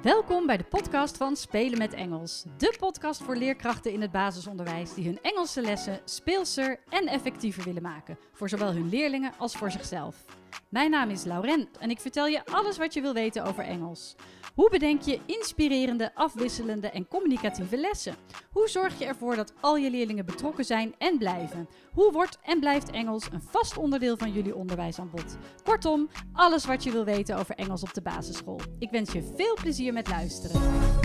Welkom bij de podcast van Spelen met Engels. De podcast voor leerkrachten in het basisonderwijs die hun Engelse lessen speelser en effectiever willen maken. Voor zowel hun leerlingen als voor zichzelf. Mijn naam is Lauren en ik vertel je alles wat je wil weten over Engels. Hoe bedenk je inspirerende, afwisselende en communicatieve lessen? Hoe zorg je ervoor dat al je leerlingen betrokken zijn en blijven? Hoe wordt en blijft Engels een vast onderdeel van jullie onderwijsaanbod? Kortom, alles wat je wil weten over Engels op de basisschool. Ik wens je veel plezier met luisteren.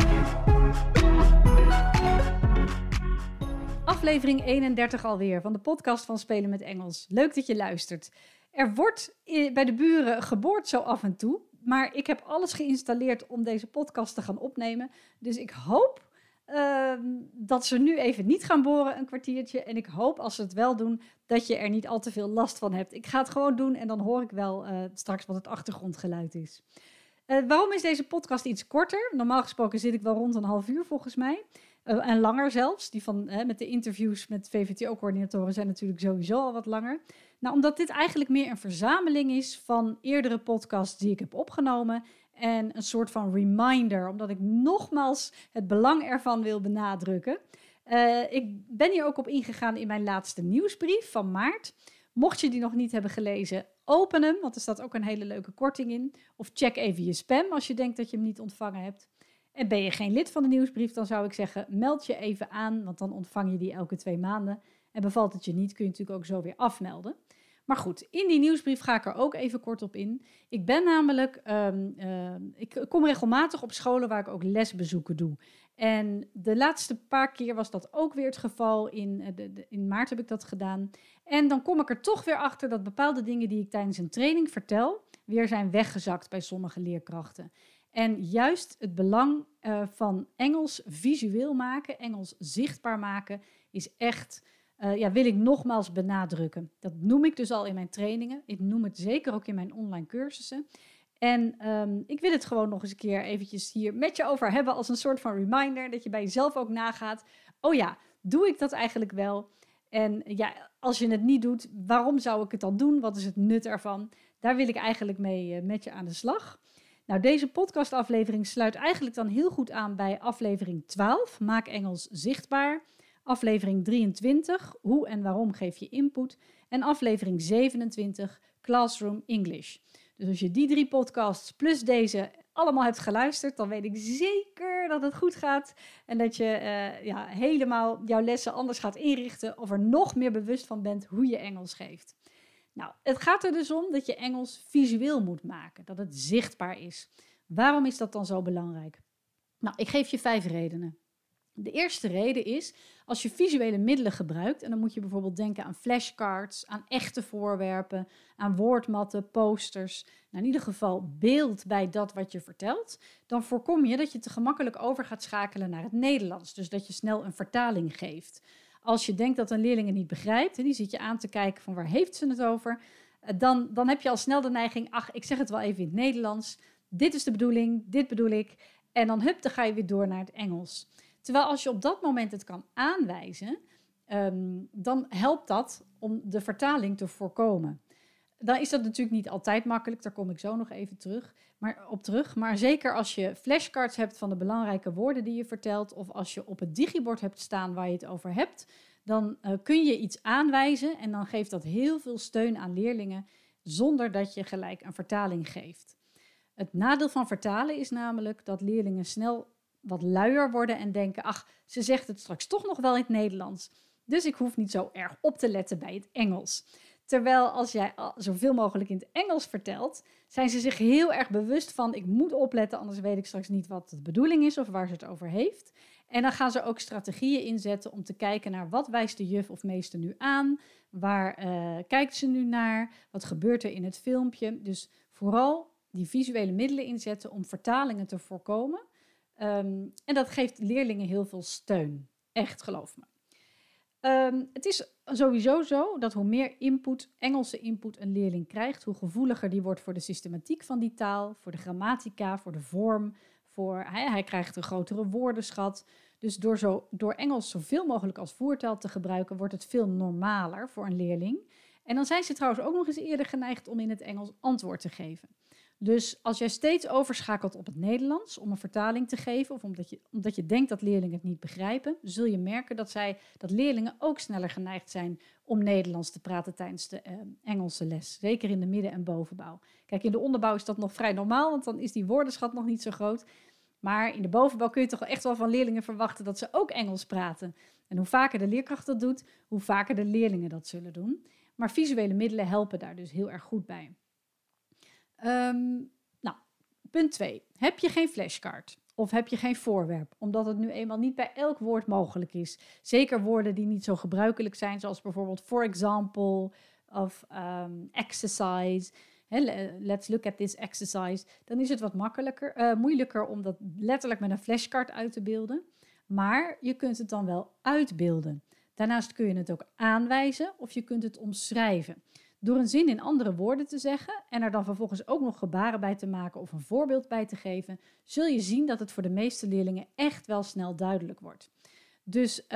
Aflevering 31 alweer van de podcast van Spelen met Engels. Leuk dat je luistert. Er wordt bij de buren geboord zo af en toe. Maar ik heb alles geïnstalleerd om deze podcast te gaan opnemen. Dus ik hoop dat ze nu even niet gaan boren, een kwartiertje. En ik hoop, als ze het wel doen, dat je er niet al te veel last van hebt. Ik ga het gewoon doen en dan hoor ik wel straks wat het achtergrondgeluid is. Waarom is deze podcast iets korter? Normaal gesproken zit ik wel rond een half uur volgens mij. En langer zelfs. Die met de interviews met VVTO-coördinatoren zijn natuurlijk sowieso al wat langer. Nou, omdat dit eigenlijk meer een verzameling is van eerdere podcasts die ik heb opgenomen. En een soort van reminder, omdat ik nogmaals het belang ervan wil benadrukken. Ik ben hier ook op ingegaan in mijn laatste nieuwsbrief van maart. Mocht je die nog niet hebben gelezen, open hem, want er staat ook een hele leuke korting in. Of check even je spam als je denkt dat je hem niet ontvangen hebt. En ben je geen lid van de nieuwsbrief, dan zou ik zeggen, meld je even aan, want dan ontvang je die elke 2 maanden. En bevalt het je niet, kun je natuurlijk ook zo weer afmelden. Maar goed, in die nieuwsbrief ga ik er ook even kort op in. Ik ben namelijk, ik kom regelmatig op scholen waar ik ook lesbezoeken doe. En de laatste paar keer was dat ook weer het geval. In maart heb ik dat gedaan. En dan kom ik er toch weer achter dat bepaalde dingen die ik tijdens een training vertel, weer zijn weggezakt bij sommige leerkrachten. En juist het belang van Engels visueel maken, Engels zichtbaar maken, is echt, wil ik nogmaals benadrukken. Dat noem ik dus al in mijn trainingen. Ik noem het zeker ook in mijn online cursussen. En ik wil het gewoon nog eens een keer eventjes hier met je over hebben als een soort van reminder, dat je bij jezelf ook nagaat. Oh ja, doe ik dat eigenlijk wel? En ja, als je het niet doet, waarom zou ik het dan doen? Wat is het nut ervan? Daar wil ik eigenlijk mee met je aan de slag. Nou, deze podcastaflevering sluit eigenlijk dan heel goed aan bij aflevering 12, Maak Engels zichtbaar. Aflevering 23, Hoe en waarom geef je input. En aflevering 27, Classroom English. Dus als je die 3 podcasts plus deze allemaal hebt geluisterd, dan weet ik zeker dat het goed gaat. En dat je helemaal jouw lessen anders gaat inrichten of er nog meer bewust van bent hoe je Engels geeft. Nou, het gaat er dus om dat je Engels visueel moet maken, dat het zichtbaar is. Waarom is dat dan zo belangrijk? Nou, ik geef je 5 redenen. De eerste reden is, als je visuele middelen gebruikt, en dan moet je bijvoorbeeld denken aan flashcards, aan echte voorwerpen, aan woordmatten, posters, nou in ieder geval beeld bij dat wat je vertelt, dan voorkom je dat je te gemakkelijk over gaat schakelen naar het Nederlands. Dus dat je snel een vertaling geeft. Als je denkt dat een leerling het niet begrijpt, die zit je aan te kijken van waar heeft ze het over, dan heb je al snel de neiging, ik zeg het wel even in het Nederlands, dit is de bedoeling, dit bedoel ik, en dan dan ga je weer door naar het Engels. Terwijl als je op dat moment het kan aanwijzen, dan helpt dat om de vertaling te voorkomen. Dan is dat natuurlijk niet altijd makkelijk, daar kom ik zo nog even op terug. Maar zeker als je flashcards hebt van de belangrijke woorden die je vertelt, of als je op het digibord hebt staan waar je het over hebt, dan kun je iets aanwijzen en dan geeft dat heel veel steun aan leerlingen, zonder dat je gelijk een vertaling geeft. Het nadeel van vertalen is namelijk dat leerlingen snel wat luier worden en denken, ze zegt het straks toch nog wel in het Nederlands. Dus ik hoef niet zo erg op te letten bij het Engels. Terwijl als jij zoveel mogelijk in het Engels vertelt, zijn ze zich heel erg bewust van, ik moet opletten, anders weet ik straks niet wat de bedoeling is of waar ze het over heeft. En dan gaan ze ook strategieën inzetten om te kijken naar wat wijst de juf of meester nu aan, waar kijkt ze nu naar, wat gebeurt er in het filmpje. Dus vooral die visuele middelen inzetten om vertalingen te voorkomen. En dat geeft leerlingen heel veel steun. Echt, geloof me. Het is sowieso zo dat hoe meer Engelse input een leerling krijgt, hoe gevoeliger die wordt voor de systematiek van die taal, voor de grammatica, voor de vorm, hij krijgt een grotere woordenschat. Dus door Engels zoveel mogelijk als voertaal te gebruiken, wordt het veel normaler voor een leerling. En dan zijn ze trouwens ook nog eens eerder geneigd om in het Engels antwoord te geven. Dus als jij steeds overschakelt op het Nederlands om een vertaling te geven, of omdat je denkt dat leerlingen het niet begrijpen, zul je merken dat leerlingen ook sneller geneigd zijn om Nederlands te praten tijdens de Engelse les. Zeker in de midden- en bovenbouw. Kijk, in de onderbouw is dat nog vrij normaal, want dan is die woordenschat nog niet zo groot. Maar in de bovenbouw kun je toch echt wel van leerlingen verwachten dat ze ook Engels praten. En hoe vaker de leerkracht dat doet, hoe vaker de leerlingen dat zullen doen. Maar visuele middelen helpen daar dus heel erg goed bij. Nou, punt 2. Heb je geen flashcard of heb je geen voorwerp, omdat het nu eenmaal niet bij elk woord mogelijk is. Zeker woorden die niet zo gebruikelijk zijn, zoals bijvoorbeeld for example of exercise. Let's look at this exercise. Dan is het wat moeilijker om dat letterlijk met een flashcard uit te beelden. Maar je kunt het dan wel uitbeelden. Daarnaast kun je het ook aanwijzen of je kunt het omschrijven. Door een zin in andere woorden te zeggen en er dan vervolgens ook nog gebaren bij te maken of een voorbeeld bij te geven, zul je zien dat het voor de meeste leerlingen echt wel snel duidelijk wordt. Dus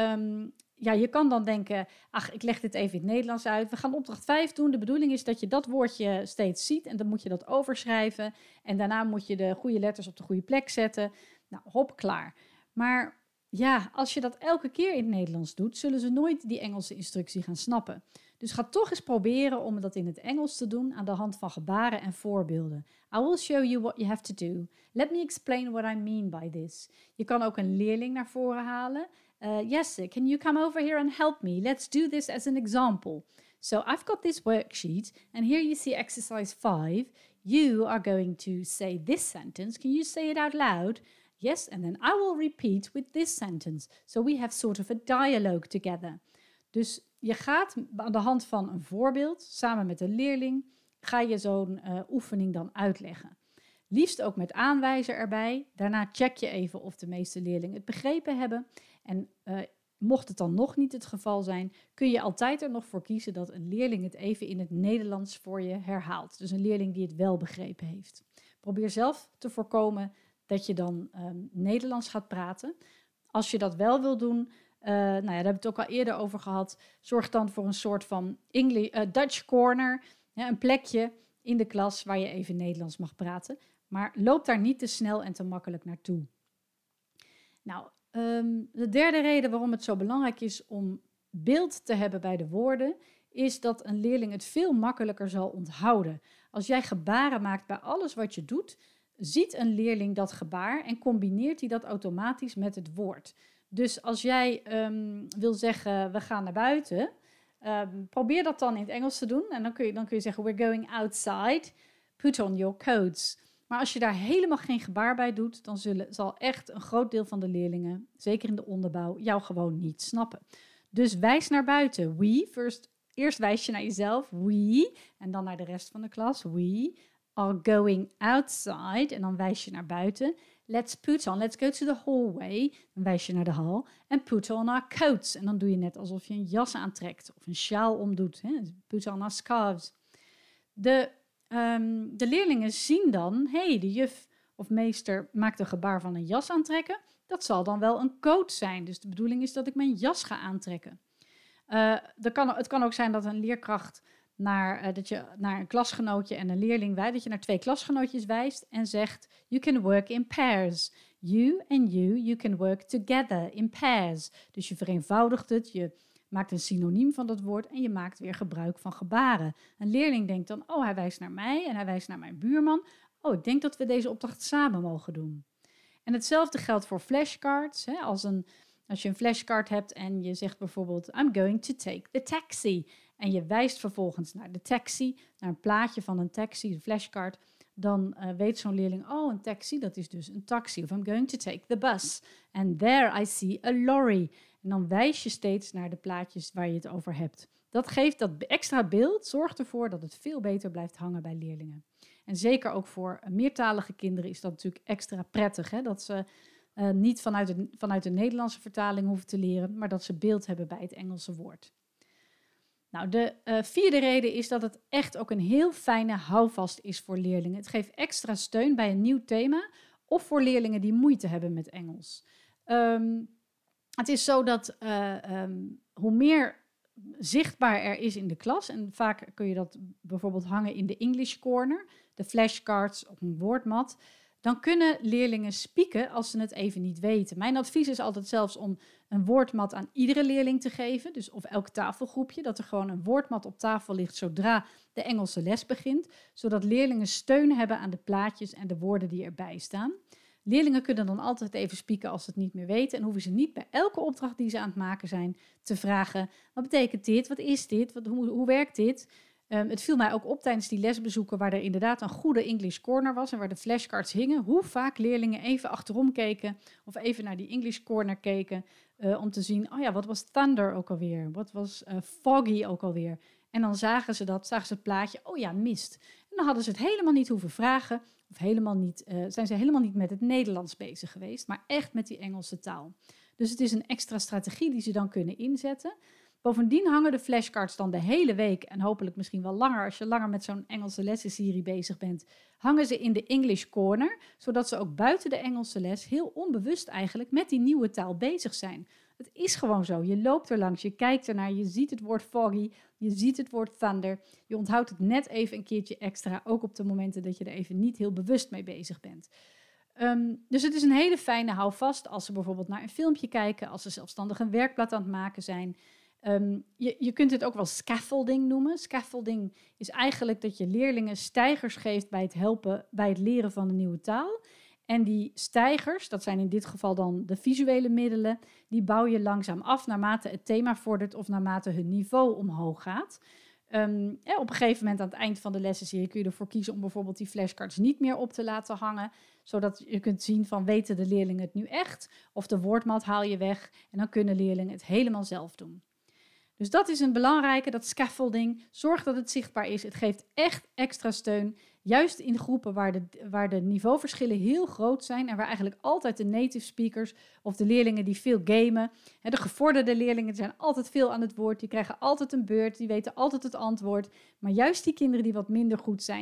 je kan dan denken, ik leg dit even in het Nederlands uit. We gaan opdracht 5 doen. De bedoeling is dat je dat woordje steeds ziet en dan moet je dat overschrijven. En daarna moet je de goede letters op de goede plek zetten. Nou, hop, klaar. Maar ja, als je dat elke keer in het Nederlands doet, zullen ze nooit die Engelse instructie gaan snappen. Dus ga toch eens proberen om dat in het Engels te doen aan de hand van gebaren en voorbeelden. I will show you what you have to do. Let me explain what I mean by this. Je kan ook een leerling naar voren halen. Yes, can you come over here and help me? Let's do this as an example. So I've got this worksheet and here you see exercise 5. You are going to say this sentence. Can you say it out loud? Yes, and then I will repeat with this sentence. So we have sort of a dialogue together. Dus je gaat aan de hand van een voorbeeld, samen met een leerling, ga je zo'n oefening dan uitleggen. Liefst ook met aanwijzer erbij. Daarna check je even of de meeste leerlingen het begrepen hebben. En mocht het dan nog niet het geval zijn, kun je altijd er nog voor kiezen dat een leerling het even in het Nederlands voor je herhaalt. Dus een leerling die het wel begrepen heeft. Probeer zelf te voorkomen dat je dan Nederlands gaat praten. Als je dat wel wil doen, daar hebben we het ook al eerder over gehad. Zorg dan voor een soort van Dutch corner, een plekje in de klas waar je even Nederlands mag praten. Maar loop daar niet te snel en te makkelijk naartoe. Nou, de derde reden waarom het zo belangrijk is om beeld te hebben bij de woorden, is dat een leerling het veel makkelijker zal onthouden. Als jij gebaren maakt bij alles wat je doet, ziet een leerling dat gebaar en combineert hij dat automatisch met het woord. Dus als jij wil zeggen, we gaan naar buiten, probeer dat dan in het Engels te doen. En dan kun je zeggen, we're going outside, put on your coats. Maar als je daar helemaal geen gebaar bij doet, dan zal echt een groot deel van de leerlingen, zeker in de onderbouw, jou gewoon niet snappen. Dus wijs naar buiten. Eerst wijs je naar jezelf, we, en dan naar de rest van de klas, we are going outside, en dan wijs je naar buiten. Let's go to the hallway, dan wijs je naar de hal, en put on our coats. En dan doe je net alsof je een jas aantrekt of een sjaal omdoet. Put on our scarves. De leerlingen zien dan, de juf of meester maakt een gebaar van een jas aantrekken. Dat zal dan wel een coat zijn. Dus de bedoeling is dat ik mijn jas ga aantrekken. Het kan ook zijn dat een leerkracht dat je naar een klasgenootje en een leerling wijst, dat je naar 2 klasgenootjes wijst en zegt, you can work in pairs. You and you can work together in pairs. Dus je vereenvoudigt het, je maakt een synoniem van dat woord en je maakt weer gebruik van gebaren. Een leerling denkt dan, hij wijst naar mij en hij wijst naar mijn buurman. Ik denk dat we deze opdracht samen mogen doen. En hetzelfde geldt voor flashcards. Als je een flashcard hebt en je zegt bijvoorbeeld, I'm going to take the taxi. En je wijst vervolgens naar de taxi, naar een plaatje van een taxi, een flashcard. Dan weet zo'n leerling, een taxi, dat is dus een taxi. Of I'm going to take the bus. And there I see a lorry. En dan wijs je steeds naar de plaatjes waar je het over hebt. Dat geeft dat extra beeld, zorgt ervoor dat het veel beter blijft hangen bij leerlingen. En zeker ook voor meertalige kinderen is dat natuurlijk extra prettig. Dat ze niet vanuit de Nederlandse vertaling hoeven te leren, maar dat ze beeld hebben bij het Engelse woord. Nou, de vierde reden is dat het echt ook een heel fijne houvast is voor leerlingen. Het geeft extra steun bij een nieuw thema of voor leerlingen die moeite hebben met Engels. Het is zo dat hoe meer zichtbaar er is in de klas. En vaak kun je dat bijvoorbeeld hangen in de English Corner, de flashcards op een woordmat. Dan kunnen leerlingen spieken als ze het even niet weten. Mijn advies is altijd zelfs om een woordmat aan iedere leerling te geven. Dus of elk tafelgroepje, dat er gewoon een woordmat op tafel ligt zodra de Engelse les begint. Zodat leerlingen steun hebben aan de plaatjes en de woorden die erbij staan. Leerlingen kunnen dan altijd even spieken als ze het niet meer weten. En hoeven ze niet bij elke opdracht die ze aan het maken zijn te vragen: wat betekent dit? Wat is dit? Hoe werkt dit? Het viel mij ook op tijdens die lesbezoeken waar er inderdaad een goede English Corner was en waar de flashcards hingen, hoe vaak leerlingen even achterom keken of even naar die English Corner keken om te zien, oh ja, wat was thunder ook alweer? Wat was foggy ook alweer? En dan zagen ze het plaatje, oh ja, mist. En dan hadden ze het helemaal niet hoeven vragen of zijn ze helemaal niet met het Nederlands bezig geweest, maar echt met die Engelse taal. Dus het is een extra strategie die ze dan kunnen inzetten. Bovendien hangen de flashcards dan de hele week en hopelijk misschien wel langer als je langer met zo'n Engelse lessenserie bezig bent, hangen ze in de English Corner, zodat ze ook buiten de Engelse les heel onbewust eigenlijk met die nieuwe taal bezig zijn. Het is gewoon zo. Je loopt er langs, je kijkt ernaar, je ziet het woord foggy, je ziet het woord thunder. Je onthoudt het net even een keertje extra, ook op de momenten dat je er even niet heel bewust mee bezig bent. Dus het is een hele fijne houvast als ze bijvoorbeeld naar een filmpje kijken, als ze zelfstandig een werkblad aan het maken zijn. Je kunt het ook wel scaffolding noemen. Scaffolding is eigenlijk dat je leerlingen stijgers geeft bij het leren van een nieuwe taal. En die stijgers, dat zijn in dit geval dan de visuele middelen, die bouw je langzaam af naarmate het thema vordert of naarmate hun niveau omhoog gaat. Op een gegeven moment aan het eind van de lessenserie kun je ervoor kiezen om bijvoorbeeld die flashcards niet meer op te laten hangen, zodat je kunt zien van weten de leerlingen het nu echt of de woordmat haal je weg en dan kunnen leerlingen het helemaal zelf doen. Dus dat is een belangrijke, dat scaffolding. Zorg dat het zichtbaar is. Het geeft echt extra steun. Juist in groepen waar de niveauverschillen heel groot zijn en waar eigenlijk altijd de native speakers of de leerlingen die veel gamen, de gevorderde leerlingen zijn altijd veel aan het woord, die krijgen altijd een beurt, die weten altijd het antwoord. Maar juist die kinderen die wat minder goed zijn,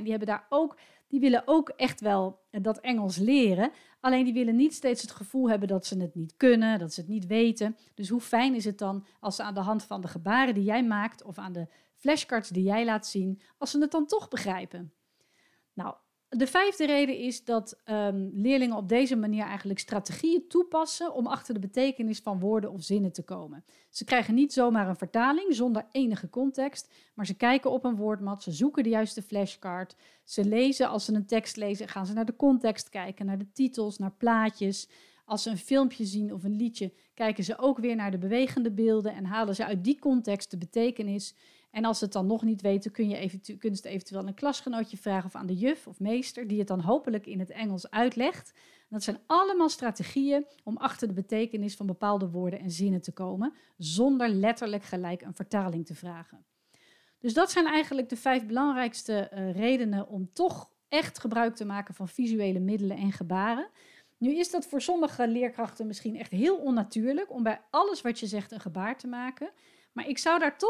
die willen ook echt wel dat Engels leren. Alleen die willen niet steeds het gevoel hebben dat ze het niet kunnen, dat ze het niet weten. Dus hoe fijn is het dan als ze aan de hand van de gebaren die jij maakt of aan de flashcards die jij laat zien, als ze het dan toch begrijpen. Nou, de 5e reden is dat leerlingen op deze manier eigenlijk strategieën toepassen om achter de betekenis van woorden of zinnen te komen. Ze krijgen niet zomaar een vertaling zonder enige context, maar ze kijken op een woordmat, ze zoeken de juiste flashcard. Ze lezen, als ze een tekst lezen, gaan ze naar de context kijken, naar de titels, naar plaatjes. Als ze een filmpje zien of een liedje, kijken ze ook weer naar de bewegende beelden en halen ze uit die context de betekenis. En als ze het dan nog niet weten, kunnen ze het eventueel aan een klasgenootje vragen of aan de juf of meester, die het dan hopelijk in het Engels uitlegt. En dat zijn allemaal strategieën om achter de betekenis van bepaalde woorden en zinnen te komen, zonder letterlijk gelijk een vertaling te vragen. Dus dat zijn eigenlijk de 5 belangrijkste redenen om toch echt gebruik te maken van visuele middelen en gebaren. Nu is dat voor sommige leerkrachten misschien echt heel onnatuurlijk om bij alles wat je zegt een gebaar te maken. Maar ik zou daar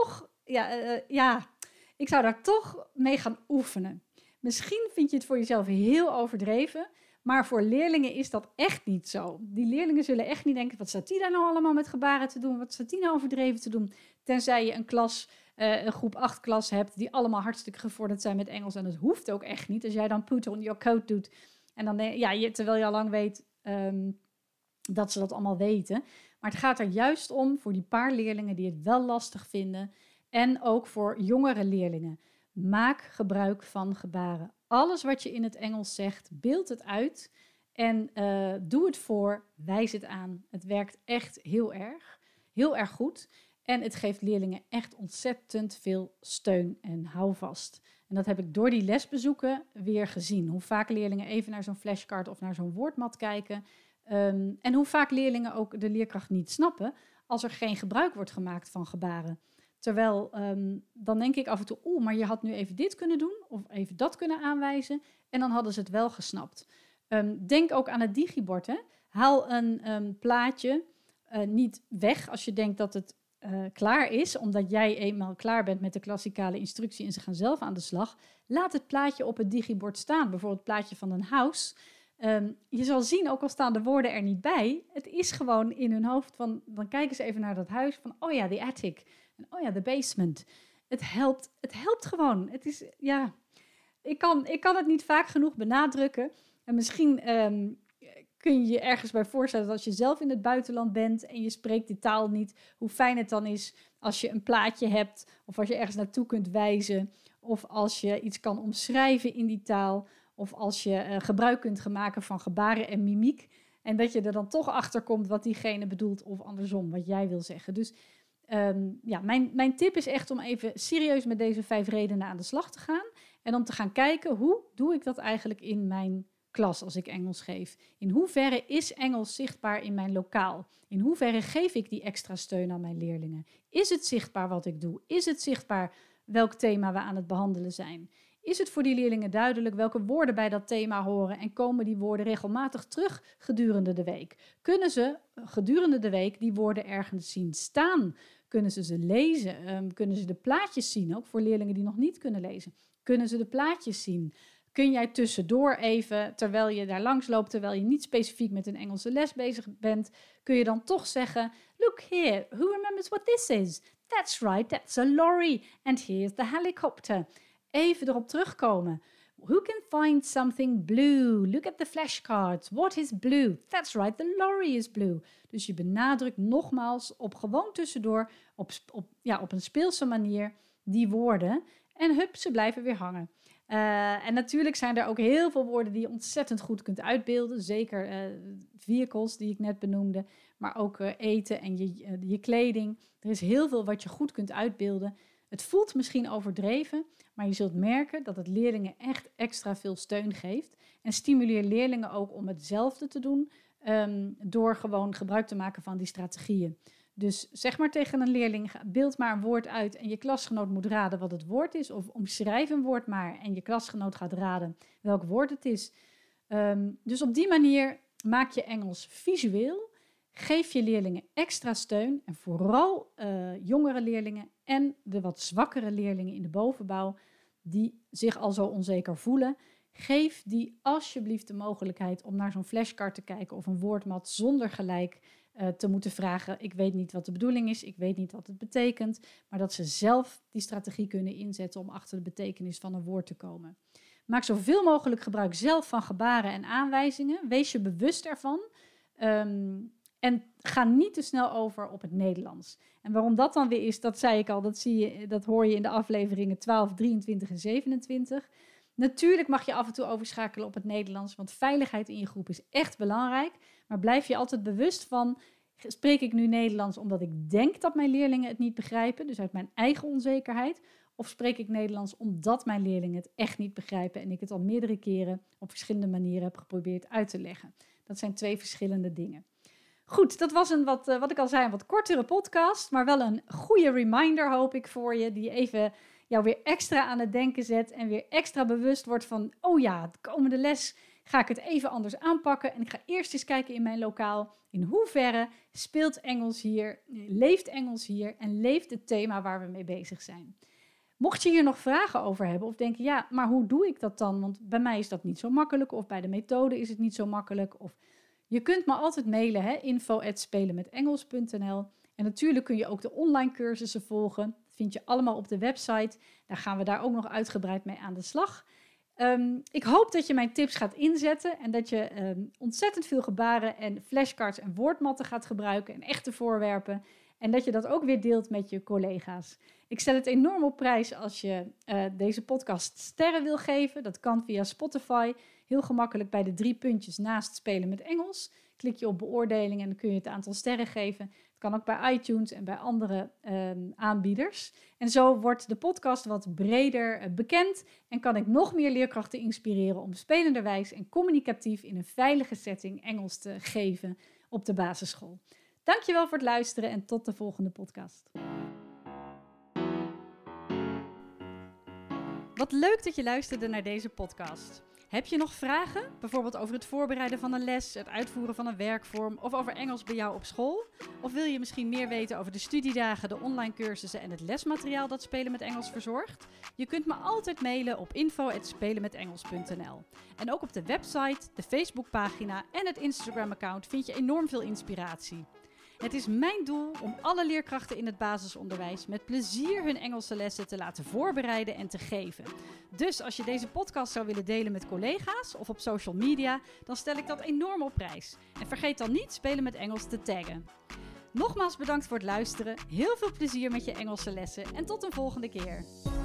toch mee gaan oefenen. Misschien vind je het voor jezelf heel overdreven, maar voor leerlingen is dat echt niet zo. Die leerlingen zullen echt niet denken, wat staat die daar nou allemaal met gebaren te doen? Wat staat die nou overdreven te doen? Tenzij je een groep 8 klas hebt die allemaal hartstikke gevorderd zijn met Engels. En dat hoeft ook echt niet. Als jij dan put on your coat doet en dan terwijl je al lang weet dat ze dat allemaal weten. Maar het gaat er juist om voor die paar leerlingen die het wel lastig vinden en ook voor jongere leerlingen. Maak gebruik van gebaren. Alles wat je in het Engels zegt, beeld het uit en doe het voor, wijs het aan. Het werkt echt heel erg goed. En het geeft leerlingen echt ontzettend veel steun en houvast. En dat heb ik door die lesbezoeken weer gezien. Hoe vaak leerlingen even naar zo'n flashcard of naar zo'n woordmat kijken. En hoe vaak leerlingen ook de leerkracht niet snappen als er geen gebruik wordt gemaakt van gebaren. Terwijl dan denk ik af en toe, maar je had nu even dit kunnen doen of even dat kunnen aanwijzen. En dan hadden ze het wel gesnapt. Denk ook aan het digibord. Hè? Haal een plaatje niet weg als je denkt dat het klaar is, omdat jij eenmaal klaar bent met de klassikale instructie en ze gaan zelf aan de slag. Laat het plaatje op het digibord staan, bijvoorbeeld het plaatje van een house. Je zal zien, ook al staan de woorden er niet bij, het is gewoon in hun hoofd van, dan kijken ze even naar dat huis van, oh ja, die attic. En oh ja, The Basement. Het helpt gewoon. Het is, ja, ik kan het niet vaak genoeg benadrukken. En misschien kun je je ergens bij voorstellen dat als je zelf in het buitenland bent en je spreekt die taal niet, hoe fijn het dan is als je een plaatje hebt of als je ergens naartoe kunt wijzen of als je iets kan omschrijven in die taal of als je gebruik kunt maken van gebaren en mimiek en dat je er dan toch achter komt wat diegene bedoelt of andersom, wat jij wil zeggen. Dus mijn tip is echt om even serieus met deze 5 redenen aan de slag te gaan en om te gaan kijken hoe doe ik dat eigenlijk in mijn klas als ik Engels geef. In hoeverre is Engels zichtbaar in mijn lokaal? In hoeverre geef ik die extra steun aan mijn leerlingen? Is het zichtbaar wat ik doe? Is het zichtbaar welk thema we aan het behandelen zijn? Is het voor die leerlingen duidelijk welke woorden bij dat thema horen en komen die woorden regelmatig terug gedurende de week? Kunnen ze gedurende de week die woorden ergens zien staan? Kunnen ze lezen? Kunnen ze de plaatjes zien? Ook voor leerlingen die nog niet kunnen lezen. Kunnen ze de plaatjes zien? Kun jij tussendoor even, terwijl je daar langs loopt, terwijl je niet specifiek met een Engelse les bezig bent, kun je dan toch zeggen, look here, who remembers what this is? That's right, that's a lorry. And here's the helicopter. Even erop terugkomen. Who can find something blue? Look at the flashcards. What is blue? That's right, the lorry is blue. Dus je benadrukt nogmaals op gewoon tussendoor, op een speelse manier, die woorden. En hup, ze blijven weer hangen. En natuurlijk zijn er ook heel veel woorden die je ontzettend goed kunt uitbeelden. Zeker vehicles die ik net benoemde. Maar ook eten en je kleding. Er is heel veel wat je goed kunt uitbeelden. Het voelt misschien overdreven, maar je zult merken dat het leerlingen echt extra veel steun geeft. En stimuleer leerlingen ook om hetzelfde te doen door gewoon gebruik te maken van die strategieën. Dus zeg maar tegen een leerling, beeld maar een woord uit en je klasgenoot moet raden wat het woord is. Of omschrijf een woord maar en je klasgenoot gaat raden welk woord het is. Dus op die manier maak je Engels visueel. Geef je leerlingen extra steun en vooral jongere leerlingen en de wat zwakkere leerlingen in de bovenbouw die zich al zo onzeker voelen. Geef die alsjeblieft de mogelijkheid om naar zo'n flashcard te kijken of een woordmat zonder gelijk te moeten vragen. Ik weet niet wat de bedoeling is, ik weet niet wat het betekent, maar dat ze zelf die strategie kunnen inzetten om achter de betekenis van een woord te komen. Maak zoveel mogelijk gebruik zelf van gebaren en aanwijzingen. Wees je bewust ervan. En ga niet te snel over op het Nederlands. En waarom dat dan weer is, dat zei ik al, dat hoor je in de afleveringen 12, 23 en 27. Natuurlijk mag je af en toe overschakelen op het Nederlands, want veiligheid in je groep is echt belangrijk. Maar blijf je altijd bewust van, spreek ik nu Nederlands omdat ik denk dat mijn leerlingen het niet begrijpen, dus uit mijn eigen onzekerheid, of spreek ik Nederlands omdat mijn leerlingen het echt niet begrijpen en ik het al meerdere keren op verschillende manieren heb geprobeerd uit te leggen. Dat zijn 2 verschillende dingen. Goed, dat was wat ik al zei, een wat kortere podcast, maar wel een goede reminder hoop ik voor je, die even jou weer extra aan het denken zet en weer extra bewust wordt van, oh ja, de komende les ga ik het even anders aanpakken en ik ga eerst eens kijken in mijn lokaal, in hoeverre speelt Engels hier, leeft Engels hier en leeft het thema waar we mee bezig zijn. Mocht je hier nog vragen over hebben of denken, ja, maar hoe doe ik dat dan? Want bij mij is dat niet zo makkelijk of bij de methode is het niet zo makkelijk. Of je kunt me altijd mailen, info@spelenmetengels.nl. En natuurlijk kun je ook de online cursussen volgen. Dat vind je allemaal op de website. Daar gaan we daar ook nog uitgebreid mee aan de slag. Ik hoop dat je mijn tips gaat inzetten en dat je ontzettend veel gebaren en flashcards en woordmatten gaat gebruiken en echte voorwerpen. En dat je dat ook weer deelt met je collega's. Ik stel het enorm op prijs als je deze podcast sterren wil geven. Dat kan via Spotify. Heel gemakkelijk bij de 3 puntjes naast Spelen met Engels. Klik je op beoordeling en dan kun je het aantal sterren geven. Het kan ook bij iTunes en bij andere aanbieders. En zo wordt de podcast wat breder bekend. En kan ik nog meer leerkrachten inspireren om spelenderwijs en communicatief in een veilige setting Engels te geven op de basisschool. Dankjewel voor het luisteren en tot de volgende podcast. Wat leuk dat je luisterde naar deze podcast. Heb je nog vragen? Bijvoorbeeld over het voorbereiden van een les, het uitvoeren van een werkvorm of over Engels bij jou op school? Of wil je misschien meer weten over de studiedagen, de online cursussen en het lesmateriaal dat Spelen met Engels verzorgt? Je kunt me altijd mailen op info@spelenmetengels.nl. En ook op de website, de Facebookpagina en het Instagram-account vind je enorm veel inspiratie. Het is mijn doel om alle leerkrachten in het basisonderwijs met plezier hun Engelse lessen te laten voorbereiden en te geven. Dus als je deze podcast zou willen delen met collega's of op social media, dan stel ik dat enorm op prijs. En vergeet dan niet Spelen met Engels te taggen. Nogmaals bedankt voor het luisteren, heel veel plezier met je Engelse lessen en tot een volgende keer.